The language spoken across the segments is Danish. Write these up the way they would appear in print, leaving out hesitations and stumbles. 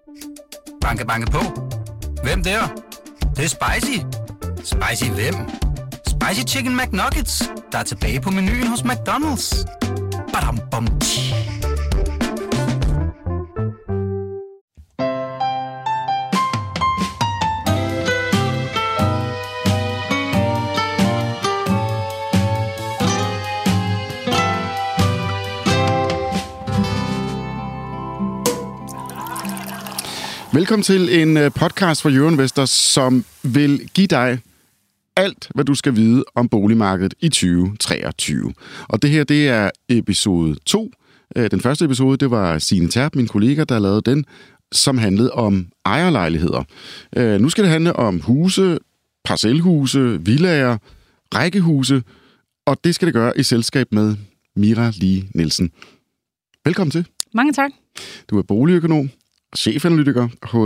Banke, banke på. Hvem der? Det er spicy. Spicy hvem? Spicy Chicken McNuggets, der er tilbage på menuen hos McDonald's. Badum, bom, tji. Velkommen til en podcast fra Euroinvestor, som vil give dig alt, hvad du skal vide om boligmarkedet i 2023. Og det her, det er episode 2. Den første episode, det var Signe Terp, min kollega, der lavede den, som handlede om ejerlejligheder. Nu skal det handle om huse, parcelhuse, villaer, rækkehuse, og det skal det gøre i selskab med Mira Lie Nielsen. Velkommen til. Mange tak. Du er boligøkonom og chefanalytiker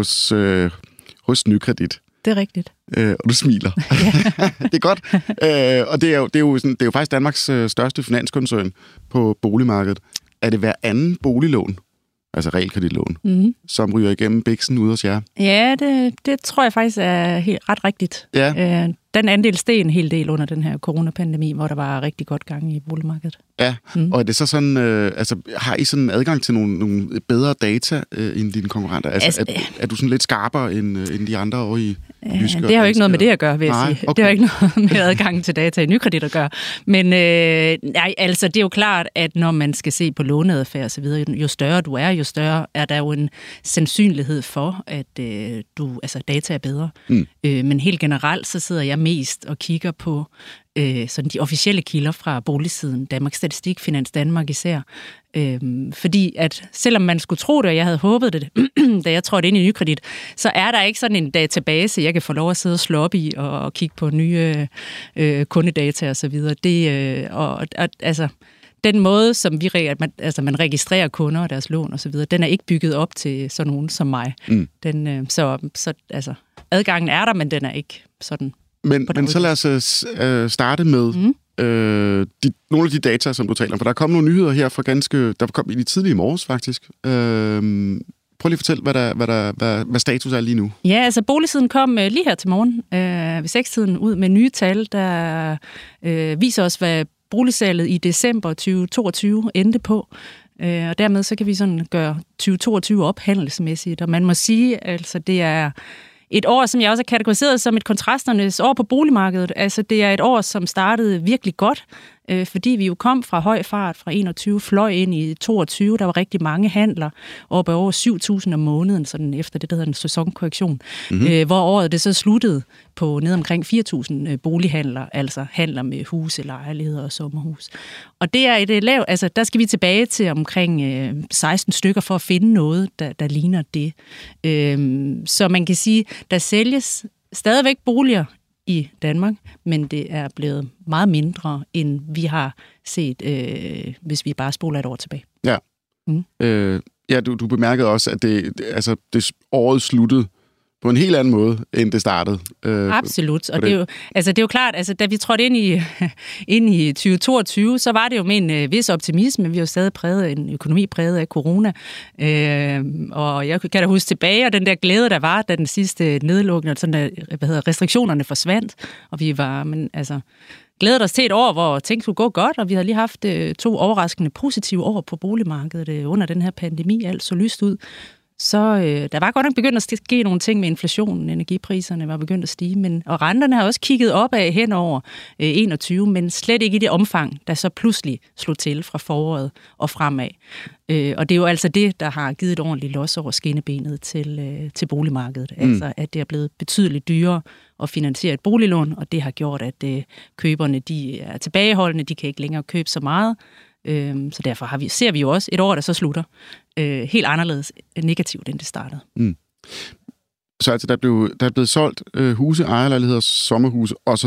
hos Nykredit. Det er rigtigt. Og du smiler. Det er godt. Og det er jo faktisk Danmarks største finanskoncern på boligmarkedet. Er det hver anden boliglån, altså realkreditlån, som ryger igennem biksen ude hos jer? Ja, det tror jeg faktisk er ret rigtigt. Ja. Den andel steg en hel del under den her coronapandemi, hvor der var rigtig godt gang i boligmarkedet. Ja, og er det så sådan, har I sådan adgang til nogle bedre data end dine konkurrenter? Er du sådan lidt skarpere end de andre over i Jyske? Det har jo ikke noget med det at gøre, vil jeg sige. Okay. Det har jo ikke noget med adgang til data i Nykredit at gøre. Men altså, det er jo klart, at når man skal se på låneadfærd og så videre, jo større du er, jo større er der jo en sandsynlighed for, at data er bedre. Men helt generelt, så sidder jeg mest og kigger på sådan de officielle kilder fra boligsiden, Danmarks Statistik, Finans Danmark især. Fordi at selvom man skulle tro det, og jeg havde håbet det, da jeg trådte ind i Nykredit, så er der ikke sådan en database, jeg kan få lov at sidde og slå op i og kigge på nye kundedata og så videre. Altså den måde, som man registrerer kunder og deres lån og så videre, den er ikke bygget op til sådan nogen som mig. Så adgangen er der, men den er ikke sådan. Men så lad os starte med nogle af de data, som du taler om. For der kom nogle nyheder her der kom i de tidlige morges, faktisk. Prøv lige at fortælle, hvad status er lige nu. Ja, altså boligsiden kom lige her til morgen ved 6-tiden ud med nye tal, der viser os, hvad boligsalget i december 2022 endte på. Og dermed så kan vi sådan gøre 2022 op handelsmæssigt. Og man må sige, altså det er et år, som jeg også har kategoriseret som et kontrasternes år på boligmarkedet. Altså det er et år, som startede virkelig godt, fordi vi jo kom fra høj fart fra 21, fløj ind i 22. Der var rigtig mange handler, op over 7.000 om måneden, sådan efter det, der hedder en sæsonkorrektion, hvor året det så sluttede på ned omkring 4.000 bolighandler, altså handler med huse, lejligheder og sommerhus. Og det er et lavt, altså der skal vi tilbage til omkring 16 stykker for at finde noget, der ligner det. Så man kan sige, der sælges stadigvæk boliger i Danmark, men det er blevet meget mindre, end vi har set, hvis vi bare spoler et år tilbage. Ja, du bemærkede også, at det året sluttede på en helt anden måde, end det startede. Absolut, og det er jo klart, altså da vi trådte ind i 2022, så var det jo med en vis optimisme. Vi har jo stadig præget en økonomi præget af corona, og jeg kan da huske tilbage, og den der glæde, der var, da den sidste nedlukning, og sådan restriktionerne forsvandt, og vi var, glædet os til et år, hvor ting skulle gå godt, og vi havde lige haft 2 overraskende positive år på boligmarkedet under den her pandemi, alt så lyst ud. Så der var godt nok begyndt at ske nogle ting med inflationen, energipriserne var begyndt at stige, og renterne har også kigget opad hen over 21, men slet ikke i det omfang, der så pludselig slog til fra foråret og fremad. Og det er jo altså det, der har givet et ordentligt los over skinnebenet til boligmarkedet. Altså at det er blevet betydeligt dyrere at finansiere et boliglån, og det har gjort, at køberne de er tilbageholdende, de kan ikke længere købe så meget. Så derfor ser vi jo også et år, der så slutter helt anderledes negativt, end det startede. Så altså, der er blevet solgt huse, ejerlejligheder, sommerhuse osv.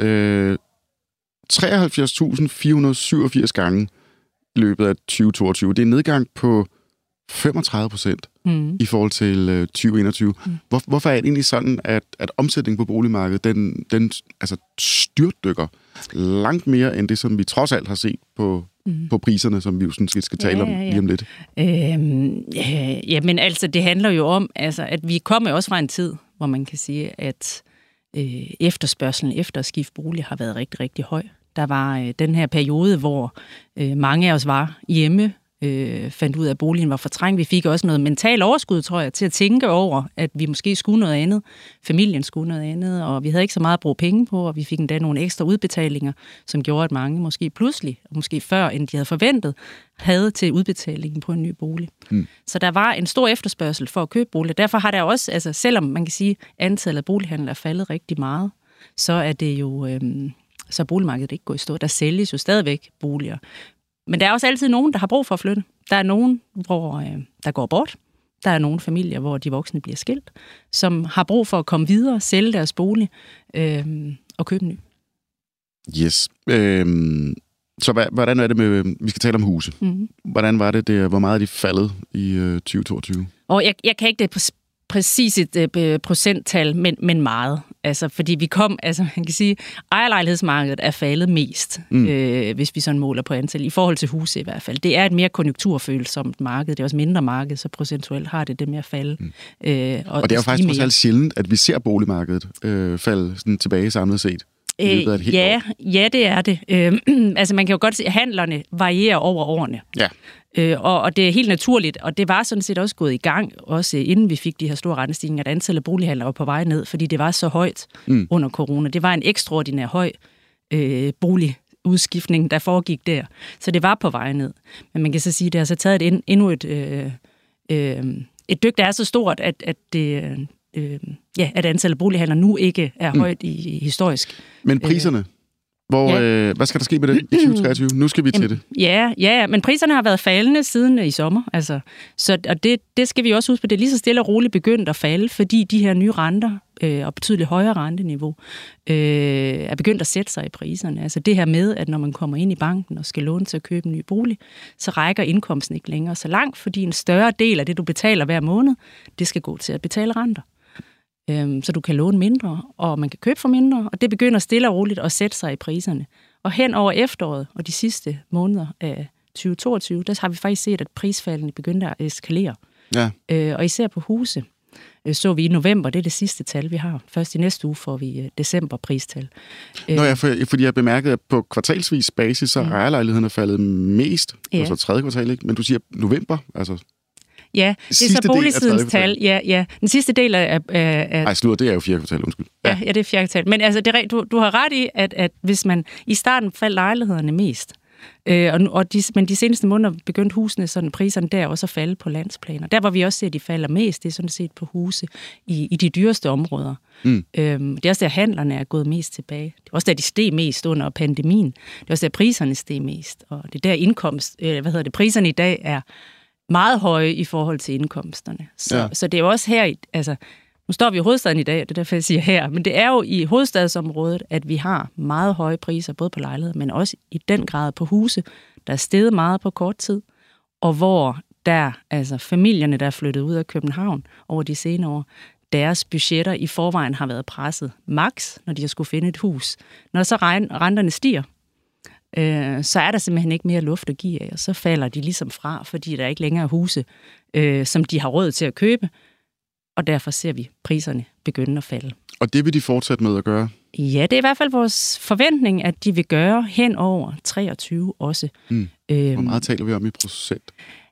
73.487 gange i løbet af 2022. Det er en nedgang på 35% i forhold til 2021. Hvorfor er det egentlig sådan, at omsætningen på boligmarkedet, den styrtdykker langt mere end det, som vi trods alt har set på på priserne, som vi jo sådan skal tale om lige om lidt? Men altså, det handler jo om, altså, at vi kommer også fra en tid, hvor man kan sige, at efterspørgselen efter at skifte bolig har været rigtig, rigtig høj. Der var den her periode, hvor mange af os var hjemme, fandt ud af, at boligen var for trang. Vi fik også noget mental overskud, tror jeg, til at tænke over, at vi måske skulle noget andet. Familien skulle noget andet, og vi havde ikke så meget at bruge penge på, og vi fik endda nogle ekstra udbetalinger, som gjorde, at mange måske pludselig, og måske før, end de havde forventet, havde til udbetalingen på en ny bolig. Så der var en stor efterspørgsel for at købe bolig. Derfor har der også, altså selvom man kan sige, at antallet af bolighandler er faldet rigtig meget, så er det jo, så er boligmarkedet ikke gået i stå. Der sælges jo stadigvæk boliger. Men der er også altid nogen, der har brug for at flytte. Der er nogen, hvor der går bort. Der er nogle familier, hvor de voksne bliver skilt, som har brug for at komme videre, sælge deres bolig og købe en ny. Yes. Så hvordan er det med, vi skal tale om huse. Hvordan var det, hvor meget er de faldet i 2022? Og jeg kan ikke det præcis et procenttal, men meget. Altså, fordi vi kom, altså man kan sige, ejerlejlighedsmarkedet er faldet mest, hvis vi sådan måler på antal, i forhold til huse i hvert fald. Det er et mere konjunkturfølsomt marked, det er også mindre marked, så procentuelt har det med at falde. Og det er jo faktisk også alt sjældent, at vi ser boligmarkedet falde sådan tilbage samlet set. Ja, det er det. Altså man kan jo godt se, at handlerne varierer over årene. Ja. Og det er helt naturligt, og det var sådan set også gået i gang, også inden vi fik de her store rentestigninger, at antallet af bolighandlere var på vej ned, fordi det var så højt under corona. Det var en ekstraordinær høj boligudskiftning, der foregik der. Så det var på vej ned. Men man kan så sige, at det har så taget endnu et dyk, der er så stort, at det... at antallet af bolighandler nu ikke er højt i historisk. Men priserne? Hvad skal der ske med det i 2023? Nu skal vi til det. Ja, men priserne har været faldende siden i sommer. Altså. Og det skal vi også huske på. Det er lige så stille og roligt begyndt at falde, fordi de her nye renter og betydeligt højere renteniveau er begyndt at sætte sig i priserne. Altså det her med, at når man kommer ind i banken og skal låne til at købe en ny bolig, så rækker indkomsten ikke længere så langt, fordi en større del af det, du betaler hver måned, det skal gå til at betale renter. Så du kan låne mindre, og man kan købe for mindre, og det begynder stille og roligt at sætte sig i priserne. Og hen over efteråret og de sidste måneder af 2022, der har vi faktisk set, at prisfaldene begyndte at eskalere. Ja. Og især på huse så vi i november, det er det sidste tal, vi har. Først i næste uge får vi december-pristal. Fordi jeg bemærkede, at på kvartalsvis basis, så er ejerlejlighederne faldet mest. Altså tredje kvartal, ikke? Men du siger november, altså... Ja, det er så boligsidens tal. Ja. Den sidste del af... Nej, det er jo fjerde kvartal, undskyld. Ja, det er fjerde kvartal. Men altså, du har ret i, at hvis man... I starten faldt lejlighederne mest. Men de seneste måneder begyndte husene, sådan priserne der også at falde på landsplaner. Der, hvor vi også ser, at de falder mest, det er sådan set på huse i de dyreste områder. Det er også der, handlerne er gået mest tilbage. Det er også der, de steg mest under pandemien. Det er også der, priserne steg mest. Og det er der priserne i dag er meget høje i forhold til indkomsterne. Så det er jo også her, altså, nu står vi i hovedstaden i dag, og det er derfor, jeg siger her, men det er jo i hovedstadsområdet, at vi har meget høje priser, både på lejligheder, men også i den grad på huse, der er steget meget på kort tid, og hvor altså familierne, der er flyttet ud af København over de senere år, deres budgetter i forvejen har været presset max, når de har skulle finde et hus. Når så renterne stiger, så er der simpelthen ikke mere luft at give af, og så falder de ligesom fra, fordi der ikke længere er huse, som de har råd til at købe, og derfor ser vi priserne begynde at falde. Og det vil de fortsætte med at gøre? Ja, det er i hvert fald vores forventning, at de vil gøre hen over 23 også. Hvor meget taler vi om i procent?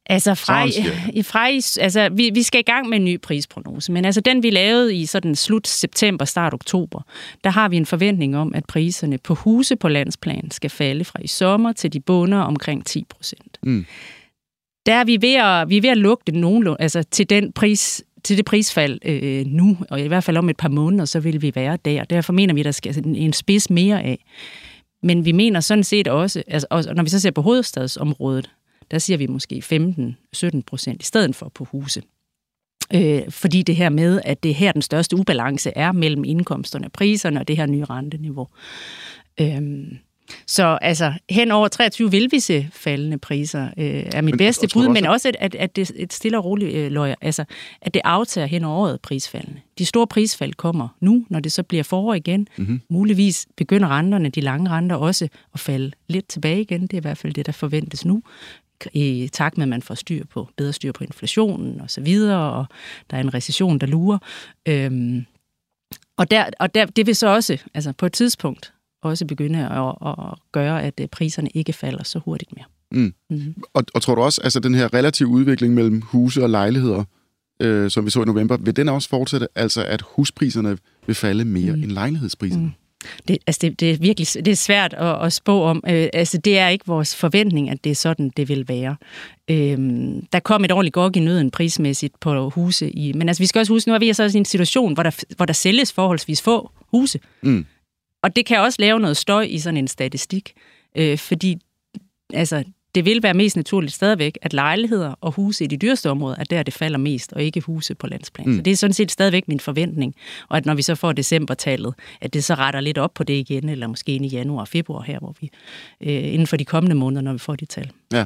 Altså, vi skal i gang med en ny prisprognose, men altså den, vi lavede i sådan slut september, start oktober, der har vi en forventning om, at priserne på huse på landsplan skal falde fra i sommer til de bunder omkring 10%. Der er vi ved at lukke det nogenlunde, altså til det prisfald nu, og i hvert fald om et par måneder, så vil vi være der. Derfor mener vi, der skal en spids mere af. Men vi mener sådan set også, altså, når vi så ser på hovedstadsområdet, der siger vi måske 15-17% i stedet for på huse. Fordi det her med, at det her den største ubalance er mellem indkomsterne og priserne og det her nye renteniveau. Så altså, hen over 23 vil vi se faldende priser, er mit bedste bud, men også, at det et stille og roligt løjer, altså, at det aftager hen over året prisfaldene. De store prisfald kommer nu, når det så bliver forår igen. Mm-hmm. Muligvis begynder renterne, de lange renter, også at falde lidt tilbage igen. Det er i hvert fald det, der forventes nu, i takt med, at man får bedre styr på inflationen og så videre, og der er en recession, der lurer. Og det vil så også, altså på et tidspunkt, også begynde at gøre, at priserne ikke falder så hurtigt mere. Mm. Mm-hmm. Og tror du også, altså den her relative udvikling mellem huse og lejligheder, som vi så i november, vil den også fortsætte, altså at huspriserne vil falde mere end lejlighedspriserne? Mm. Det er virkelig svært at spå om. Altså, det er ikke vores forventning, at det er sådan, det vil være. Der kom et ordentligt gok i nøden prismæssigt på huse. Men altså, vi skal også huske, nu er vi så i en situation, hvor der sælges forholdsvis få huse. Mm. Og det kan også lave noget støj i sådan en statistik. Fordi altså, det vil være mest naturligt stadigvæk, at lejligheder og huse i de dyreste områder er der, det falder mest, og ikke huse på landsplan. Så det er sådan set stadigvæk min forventning. Og at når vi så får decembertallet, at det så retter lidt op på det igen, eller måske ind i januar og februar her, hvor vi inden for de kommende måneder, når vi får de tal. Ja.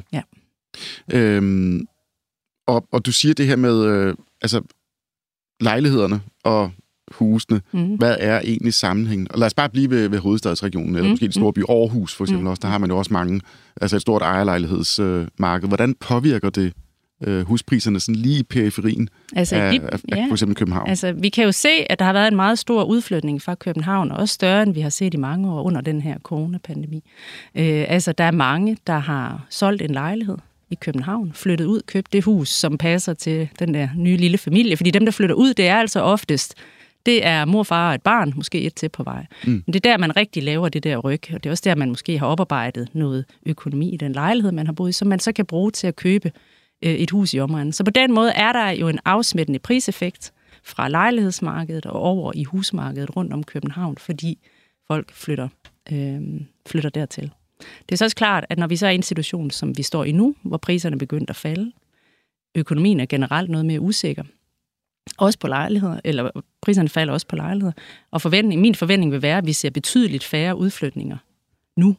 Og du siger det her med altså lejlighederne og husene. Hvad er egentlig sammenhængen? Og lad os bare blive ved hovedstadsregionen, eller måske det store by Aarhus, for eksempel også. Der har man jo også mange, altså et stort ejerlejlighedsmarked. Hvordan påvirker det huspriserne sådan lige i periferien af for eksempel København? Altså, vi kan jo se, at der har været en meget stor udflytning fra København, og også større, end vi har set i mange år under den her coronapandemi. Altså, der er mange, der har solgt en lejlighed i København, flyttet ud, købt det hus, som passer til den der nye lille familie. Fordi dem, der flytter ud, det er altså oftest det er mor, far og et barn, måske et til på vej. Men det er der, man rigtig laver det der ryg, og det er også der, man måske har oparbejdet noget økonomi i den lejlighed, man har boet i, som man så kan bruge til at købe et hus i omegnen. Så på den måde er der jo en afsmittende priseffekt fra lejlighedsmarkedet og over i husmarkedet rundt om København, fordi folk flytter dertil. Det er så også klart, at når vi så er i en situation, som vi står i nu, hvor priserne er begyndt at falde, økonomien er generelt noget mere usikker, også på lejligheder, eller priserne falder også på lejligheder. Og min forventning vil være, at vi ser betydeligt færre udflytninger nu,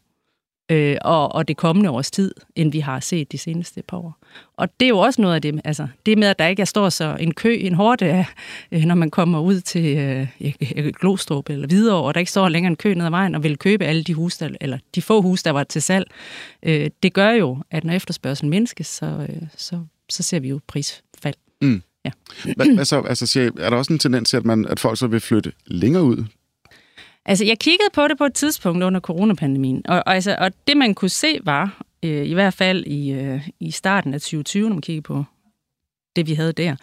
og det kommende års tid, end vi har set de seneste par år. Og det er jo også noget af det, altså det med, at der ikke står så en horde, når man kommer ud til Glostrup eller Hvidovre, og der ikke står længere en kø ned ad vejen og vil købe alle de huse, eller de få huse, der var til salg. Det gør jo, at når efterspørgselen mindskes, så ser vi jo prisfald. Mm. Ja. Altså, er der også en tendens til, at folk så vil flytte længere ud? Altså, jeg kiggede på det på et tidspunkt under coronapandemien, og det, man kunne se, var, i hvert fald i starten af 2020, når man kiggede på det, vi havde der,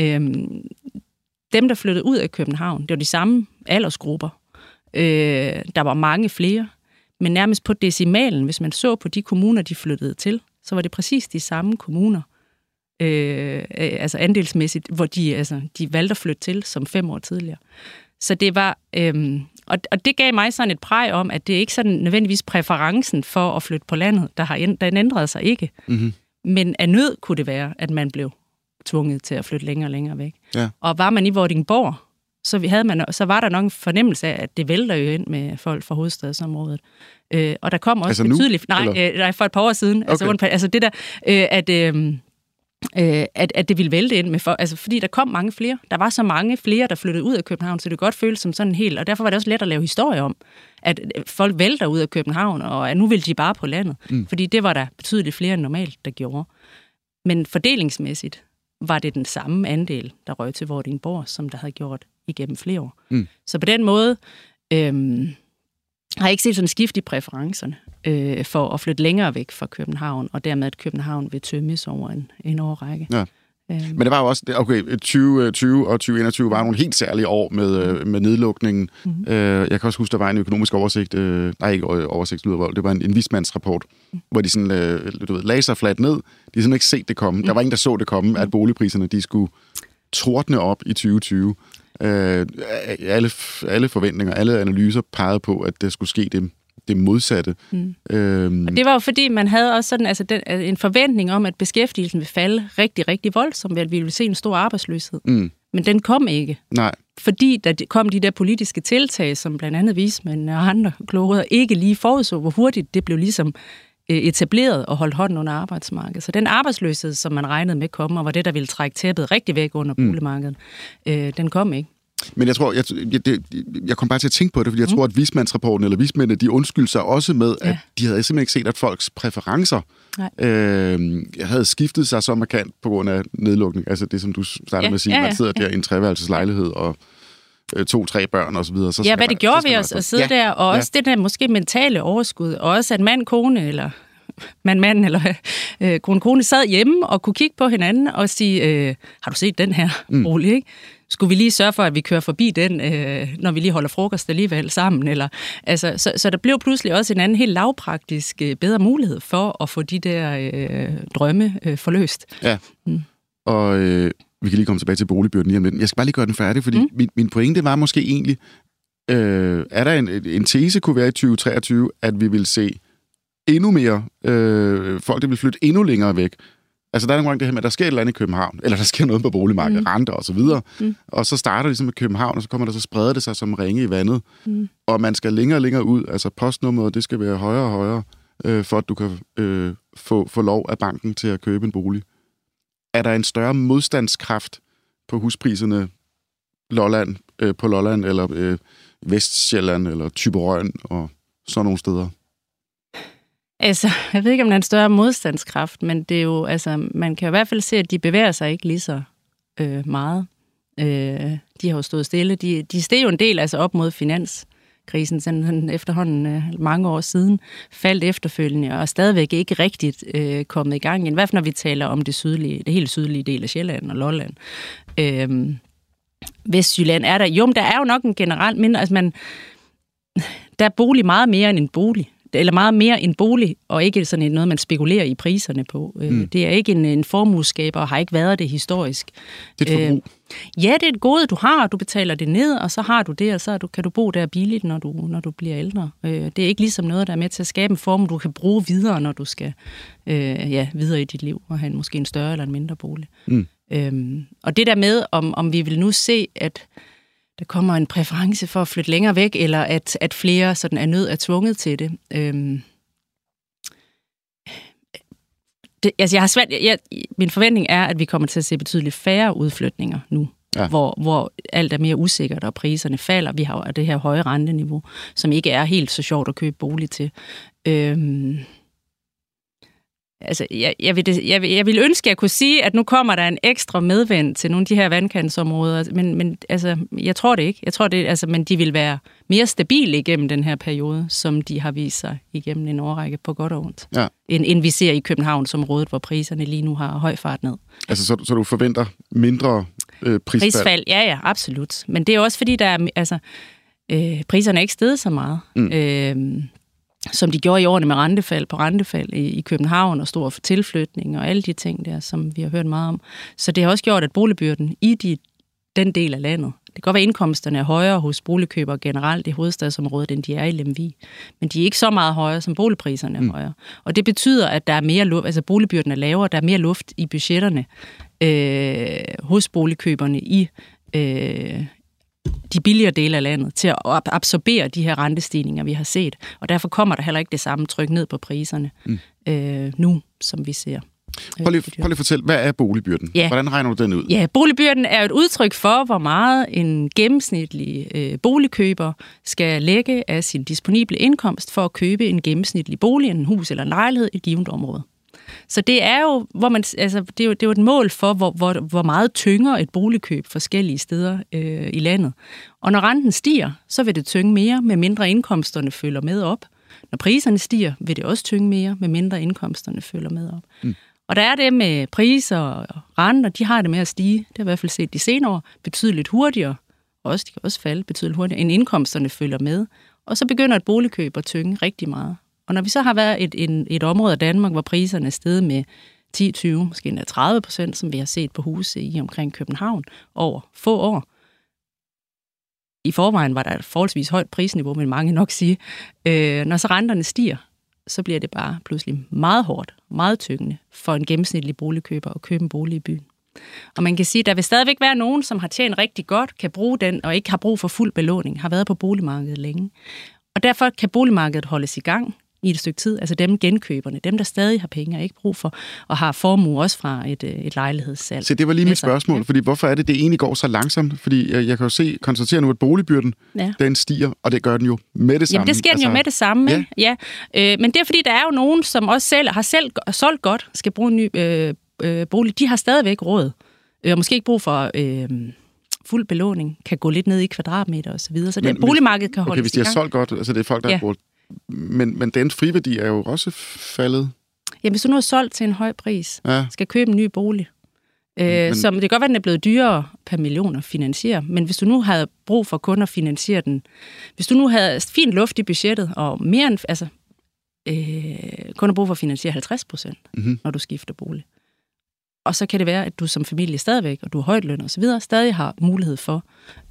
dem, der flyttede ud af København, det var de samme aldersgrupper. Der var mange flere, men nærmest på decimalen, hvis man så på de kommuner, de flyttede til, så var det præcis de samme kommuner, altså andelsmæssigt, hvor de valgte at flytte til som 5 år tidligere. Så det var, og det gav mig sådan et præg om, at det ikke sådan nødvendigvis præferencen for at flytte på landet, den ændrede sig ikke. Mm-hmm. Men af nød kunne det være, at man blev tvunget til at flytte længere og længere væk. Ja. Og var man i Vordingborg, så var der nok en fornemmelse af, at det vælter jo ind med folk fra hovedstadsområdet. Og der kom også betydeligt... Nej, for et par år siden. Okay. Altså det der, at det ville vælte ind med folk, altså fordi der kom mange flere. Der var så mange flere, der flyttede ud af København, så det godt føltes som sådan helt, og derfor var det også let at lave historie om, at folk vælter ud af København, og at nu vil de bare på landet. Fordi det var der betydeligt flere end normalt, der gjorde. Men fordelingsmæssigt var det den samme andel, der røg til Vordingborg, som der havde gjort igennem flere år. Så på den måde har jeg ikke set sådan en skift i præferencerne for at flytte længere væk fra København, og dermed at København vil tømmes over en årrække. Ja. Men det var jo også, okay, 2020 og 2021 var nogle helt særlige år med nedlukningen. Jeg kan også huske, der var en økonomisk oversigt, det var en vismandsrapport, hvor de sådan lagde sig fladt ned. De havde simpelthen ikke set det komme. Der var ingen, der så det komme, at boligpriserne de skulle tordne op i 2020. Alle forventninger, alle analyser pegede på, at det skulle ske det modsatte. Og det var jo fordi, man havde også sådan, en forventning om, at beskæftigelsen ville falde rigtig, rigtig voldsomt, at vi ville se en stor arbejdsløshed. Men den kom ikke. Nej. Fordi der kom de der politiske tiltag, som blandt andet vismænd og andre kloge ikke lige forudså, hvor hurtigt det blev ligesom etableret og holdt hånden under arbejdsmarkedet. Så den arbejdsløshed, som man regnede med kom, og var det, der ville trække tæppet rigtig væk under boligmarkedet, den kom ikke. Men jeg tror, jeg kom bare til at tænke på det, fordi jeg tror, at vismandsrapporten eller vismændene, de undskyldte sig også med, at de havde simpelthen ikke set, at folks præferencer havde skiftet sig så markant på grund af nedlukning. Altså det, som du startede med at sige, man sidder der i en treværelseslejlighed og 2-3 børn og så videre. Så hvad det gjorde vi os at sidde der, og også det der måske mentale overskud, og også at mand-kone eller mand eller kone sad hjemme og kunne kigge på hinanden og sige, har du set den her bolig, ikke? Skulle vi lige sørge for, at vi kører forbi den, når vi lige holder frokost alligevel sammen? Eller, altså, så der blev pludselig også en anden helt lavpraktisk bedre mulighed for at få de der drømme forløst. Ja, og vi kan lige komme tilbage til boligbyrden lige om lidt. Jeg skal bare lige gøre den færdig, fordi min pointe var måske egentlig, er der en tese, kunne være i 2023, at vi vil se endnu mere folk, der vil flytte endnu længere væk. Altså, der er nogle gange det her med, at der sker et eller andet i København, eller der sker noget på boligmarkedet, renter og så videre, og så starter det ligesom med København, og så kommer der så spreder det sig som ringe i vandet, og man skal længere og længere ud, altså postnummeret, det skal være højere og højere, for at du kan få lov af banken til at købe en bolig. Er der en større modstandskraft på huspriserne på Lolland, eller Vestsjælland, eller Thyborøn, og sådan nogle steder? Altså, jeg ved ikke, om der er en større modstandskraft, men det er jo, altså, man kan i hvert fald se, at de bevæger sig ikke lige så meget. De har jo stået stille. De steg jo en del altså op mod finanskrisen, sådan efterhånden mange år siden, faldt efterfølgende, og er stadigvæk ikke rigtigt kommet i gang. I hvert fald når vi taler om det helt sydlige del af Sjælland og Lolland. Vestjylland er der. Jo, men der er jo nok en generelt mindre, altså der er bolig meget mere end en bolig. Eller meget mere en bolig, og ikke sådan noget, man spekulerer i priserne på. Det er ikke en formueskaber, og har ikke været det historisk. Det er et forbrug. Ja, det er et gode, du har, du betaler det ned, og så har du det, og så kan du bo der billigt, når du bliver ældre. Det er ikke ligesom noget, der er med til at skabe en formue, du kan bruge videre, når du skal videre i dit liv, og have måske en større eller en mindre bolig. Og det der med, om vi vil nu se, at der kommer en præference for at flytte længere væk, eller at flere sådan er tvunget til det. Altså jeg har svært. Min forventning er, at vi kommer til at se betydeligt færre udflytninger nu, hvor alt er mere usikkert, og priserne falder. Vi har det her høje renteniveau, som ikke er helt så sjovt at købe bolig til. Altså, jeg vil ønske, at jeg kunne sige, at nu kommer der en ekstra medvind til nogle af de her vandkantsområder, men altså, jeg tror det ikke. Men de vil være mere stabile igennem den her periode, som de har vist sig igennem en årrække på godt og ondt, end vi ser i Københavnsområdet, hvor priserne lige nu har høj fart ned. Altså, så du forventer mindre prisfald? Ja, absolut. Men det er også fordi, der er, priserne er ikke steget så meget. Som de gjorde i årene med rentefald i København og stor tilflytning og alle de ting der, som vi har hørt meget om. Så det har også gjort, at boligbyrden i den del af landet, det kan godt være, indkomsterne er højere hos boligkøbere generelt i hovedstadsområdet, end de er i Lemvig. Men de er ikke så meget højere, som boligpriserne er højere. Og det betyder, at der er mere luft, altså boligbyrden er lavere, der er mere luft i budgetterne hos boligkøberne i de billigere dele af landet til at absorbere de her rentestigninger, vi har set. Og derfor kommer der heller ikke det samme tryk ned på priserne nu, som vi ser. Prøv lige at fortælle, hvad er boligbyrden? Ja. Hvordan regner du den ud? Ja, boligbyrden er et udtryk for, hvor meget en gennemsnitlig boligkøber skal lægge af sin disponible indkomst for at købe en gennemsnitlig bolig, en hus eller en lejlighed i et givet område. Så det er jo, det er jo et mål for, hvor meget tynger et boligkøb forskellige steder i landet. Og når renten stiger, så vil det tynge mere, med mindre indkomsterne følger med op. Når priserne stiger, vil det også tynge mere, med mindre indkomsterne følger med op. Og der er det med priser og renter, de har det med at stige. Det har i hvert fald set de senere år betydeligt hurtigere. De kan også falde betydeligt hurtigere, end indkomsterne følger med. Og så begynder et boligkøb at tynge rigtig meget. Og når vi så har været et område af Danmark, hvor priserne er steget med 10-20, måske endda 30%, som vi har set på huse i omkring København over få år. I forvejen var der et forholdsvis højt prisniveau, men mange nok sige. Når så renterne stiger, så bliver det bare pludselig meget hårdt, meget tyngende for en gennemsnitlig boligkøber at købe en bolig i byen. Og man kan sige, at der vil stadigvæk være nogen, som har tjent rigtig godt, kan bruge den, og ikke har brug for fuld belåning, har været på boligmarkedet længe. Og derfor kan boligmarkedet holdes i gang i et stykke tid. Altså dem genkøberne, dem der stadig har penge og ikke brug for, og har formue også fra et lejlighedssalg. Så det var lige mit spørgsmål, fordi hvorfor er det egentlig går så langsomt? Fordi jeg kan jo konstatere nu, at boligbyrden, den stiger, og det gør den jo med det samme. Jamen det sker den jo med det samme, ja. Men det er fordi, der er jo nogen, som også har selv solgt godt, skal bruge en ny bolig. De har stadigvæk råd, og måske ikke brug for fuld belåning, kan gå lidt ned i kvadratmeter og så videre, så det boligmarkedet kan holdes i gang. Hvis de har solgt godt, altså det er folk, der har brugt. Men den friværdi er jo også faldet. Jamen, hvis du nu har solgt til en høj pris, skal købe en ny bolig, som det kan godt være, den er blevet dyrere per million at finansiere, men hvis du nu havde brug for kun at finansiere den, hvis du nu havde fint luft i budgettet, og mere end, kun har brug for at finansiere 50%, når du skifter bolig, og så kan det være, at du som familie stadigvæk, og du er højtlønnet og så videre, stadig har mulighed for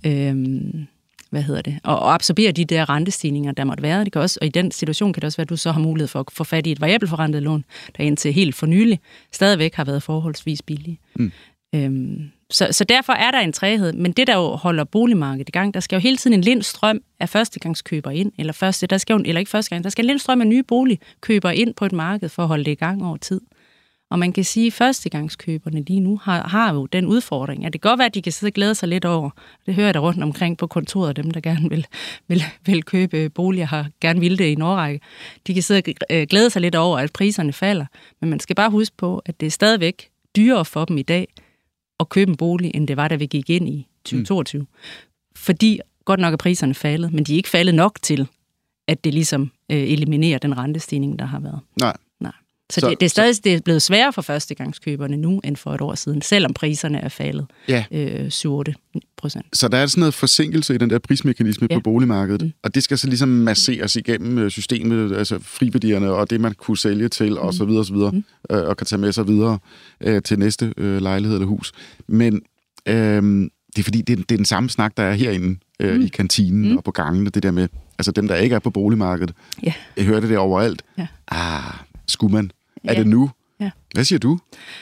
og absorbere de der rentestigninger, der måtte være. Det kan også, og i den situation kan det også være, at du så har mulighed for at få fat i et variabelforrentet lån, der indtil helt for nylig stadigvæk har været forholdsvis billige. Så derfor er der en træghed, men det, der jo holder boligmarkedet i gang, der skal jo hele tiden en lindstrøm af førstegangskøbere ind, der skal en lindstrøm af nye boligkøbere ind på et marked for at holde det i gang over tid. Og man kan sige, at førstegangskøberne lige nu har jo den udfordring, at det kan godt være, at de kan sidde og glæde sig lidt over. Det hører jeg der rundt omkring på kontoret, dem der gerne vil købe boliger, har gerne vil det i en årrække. De kan sidde og glæde sig lidt over, at priserne falder. Men man skal bare huske på, at det er stadigvæk dyrere for dem i dag at købe en bolig, end det var, da vi gik ind i 2022. Fordi godt nok er priserne faldet, men de er ikke faldet nok til, at det ligesom eliminerer den rentestigning, der har været. Nej. Så det er blevet sværere for førstegangskøberne nu, end for et år siden, selvom priserne er faldet 7-8%. Så der er sådan noget forsinkelse i den der prismekanisme på boligmarkedet, og det skal så ligesom masseres igennem systemet, altså friværdierne og det, man kunne sælge til, og så videre, og kan tage med sig videre til næste lejlighed eller hus. Men det er fordi, det er den samme snak, der er herinde i kantinen og på gangene, det der med, altså dem, der ikke er på boligmarkedet. Jeg hørte det overalt. Skulle man? Er det nu? Hvad siger du?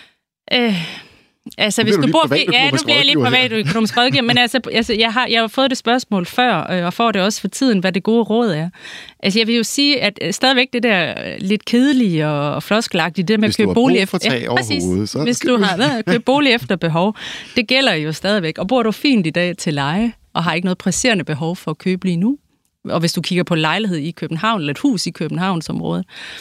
Hvis du bor... nu bliver jeg lige privatøkonomisk rådgiver, men jeg har fået det spørgsmål før, og får det også for tiden, hvad det gode råd er. Altså, jeg vil jo sige, at stadigvæk det der lidt kedelige og floskelagtige, det med at købe bolig efter... Hvis du har købt bolig efter behov, det gælder jo stadigvæk. Og bor du fint i dag til leje, og har ikke noget presserende behov for at købe lige nu, og hvis du kigger på lejlighed i København, eller et hus i Københavnsområdet,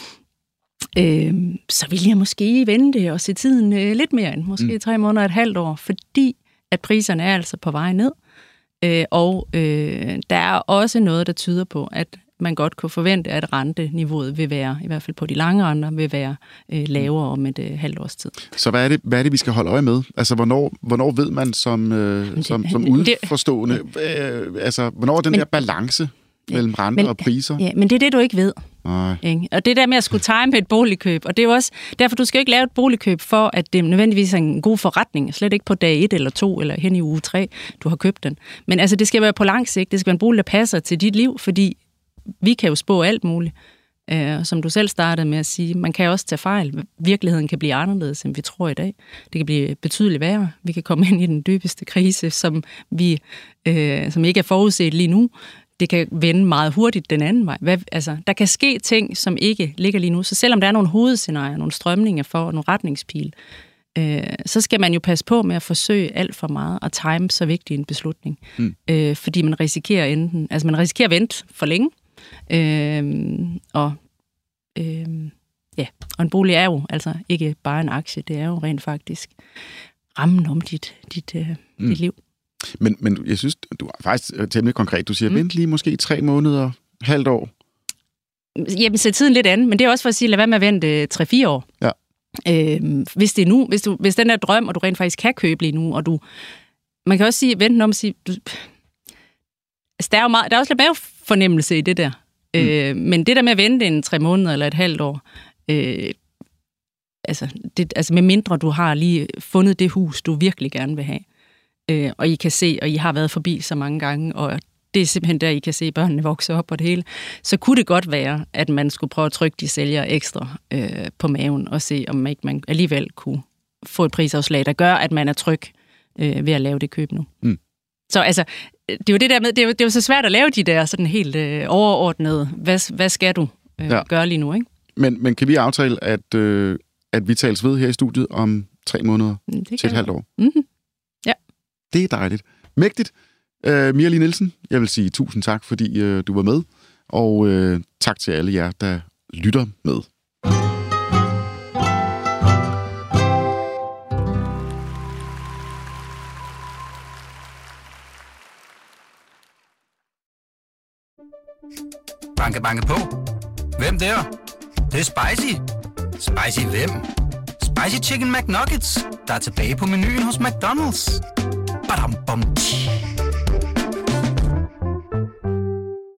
så vil jeg måske vente og se tiden lidt mere end måske 3 måneder, et halvt år, fordi at priserne er altså på vej ned. Og der er også noget, der tyder på, at man godt kunne forvente, at renteniveauet vil være, i hvert fald på de lange renter, vil være lavere om et halvt års tid. Så hvad er det, vi skal holde øje med? Altså, hvornår ved man som udforstående, altså, hvornår er den der balance mellem renter og priser? Ja, men det er det, du ikke ved. Ikke? Og det der med at skulle time et boligkøb, og det er jo også, derfor du skal jo ikke lave et boligkøb for, at det nødvendigvis er en god forretning, slet ikke på dag 1 eller 2 eller hen i uge 3, du har købt den. Men altså, det skal være på lang sigt, det skal være en bolig, der passer til dit liv, fordi vi kan jo spå alt muligt. Som du selv startede med at sige, man kan også tage fejl. Virkeligheden kan blive anderledes, end vi tror i dag. Det kan blive betydeligt værre. Vi kan komme ind i den dybeste krise, som ikke er forudset lige nu. Det kan vende meget hurtigt den anden vej. Der kan ske ting, som ikke ligger lige nu. Så selvom der er nogle hovedscenarier, nogle strømninger for, nogle retningspil, så skal man jo passe på med at forsøge alt for meget og time så vigtig en beslutning. Fordi man risikerer at vente for længe. Og en bolig er jo altså ikke bare en aktie, det er jo rent faktisk rammen om dit liv. Men jeg synes, du er faktisk temmelig konkret. Du siger, vent lige måske 3 måneder, halvt år. Jamen, så tiden lidt an, men det er også for at sige, lad være med at vente 3-4 år. Ja. Hvis det er nu, hvis den der drøm, og du rent faktisk kan købe lige nu, og man kan også sige, vente om at sige, altså, der er også lidt mavefornemmelse i det der. Men det der med at vente en 3 måneder eller et halvt år, med mindre du har lige fundet det hus, du virkelig gerne vil have, og I kan se, og I har været forbi så mange gange, og det er simpelthen der, I kan se børnene vokse op og det hele, så kunne det godt være, at man skulle prøve at trykke de sælgere ekstra på maven og se, om ikke man alligevel kunne få et prisafslag, der gør, at man er tryg ved at lave det køb nu. Mm. Så altså, det er jo det der med, det er jo så svært at lave de der sådan helt overordnede, hvad skal du gøre lige nu, ikke? Men kan vi aftale, at vi tales ved her i studiet om 3 måneder til et halvt år? Mm-hmm. Ja. Det er dejligt. Mægtigt. Mia-Li Nielsen, jeg vil sige tusind tak, fordi du var med, og tak til alle jer, der lytter med. Banke, banke på. Hvem der? Det er spicy. Spicy hvem? Spicy Chicken McNuggets, der er tilbage på menuen hos McDonald's. Badum, bom, tji.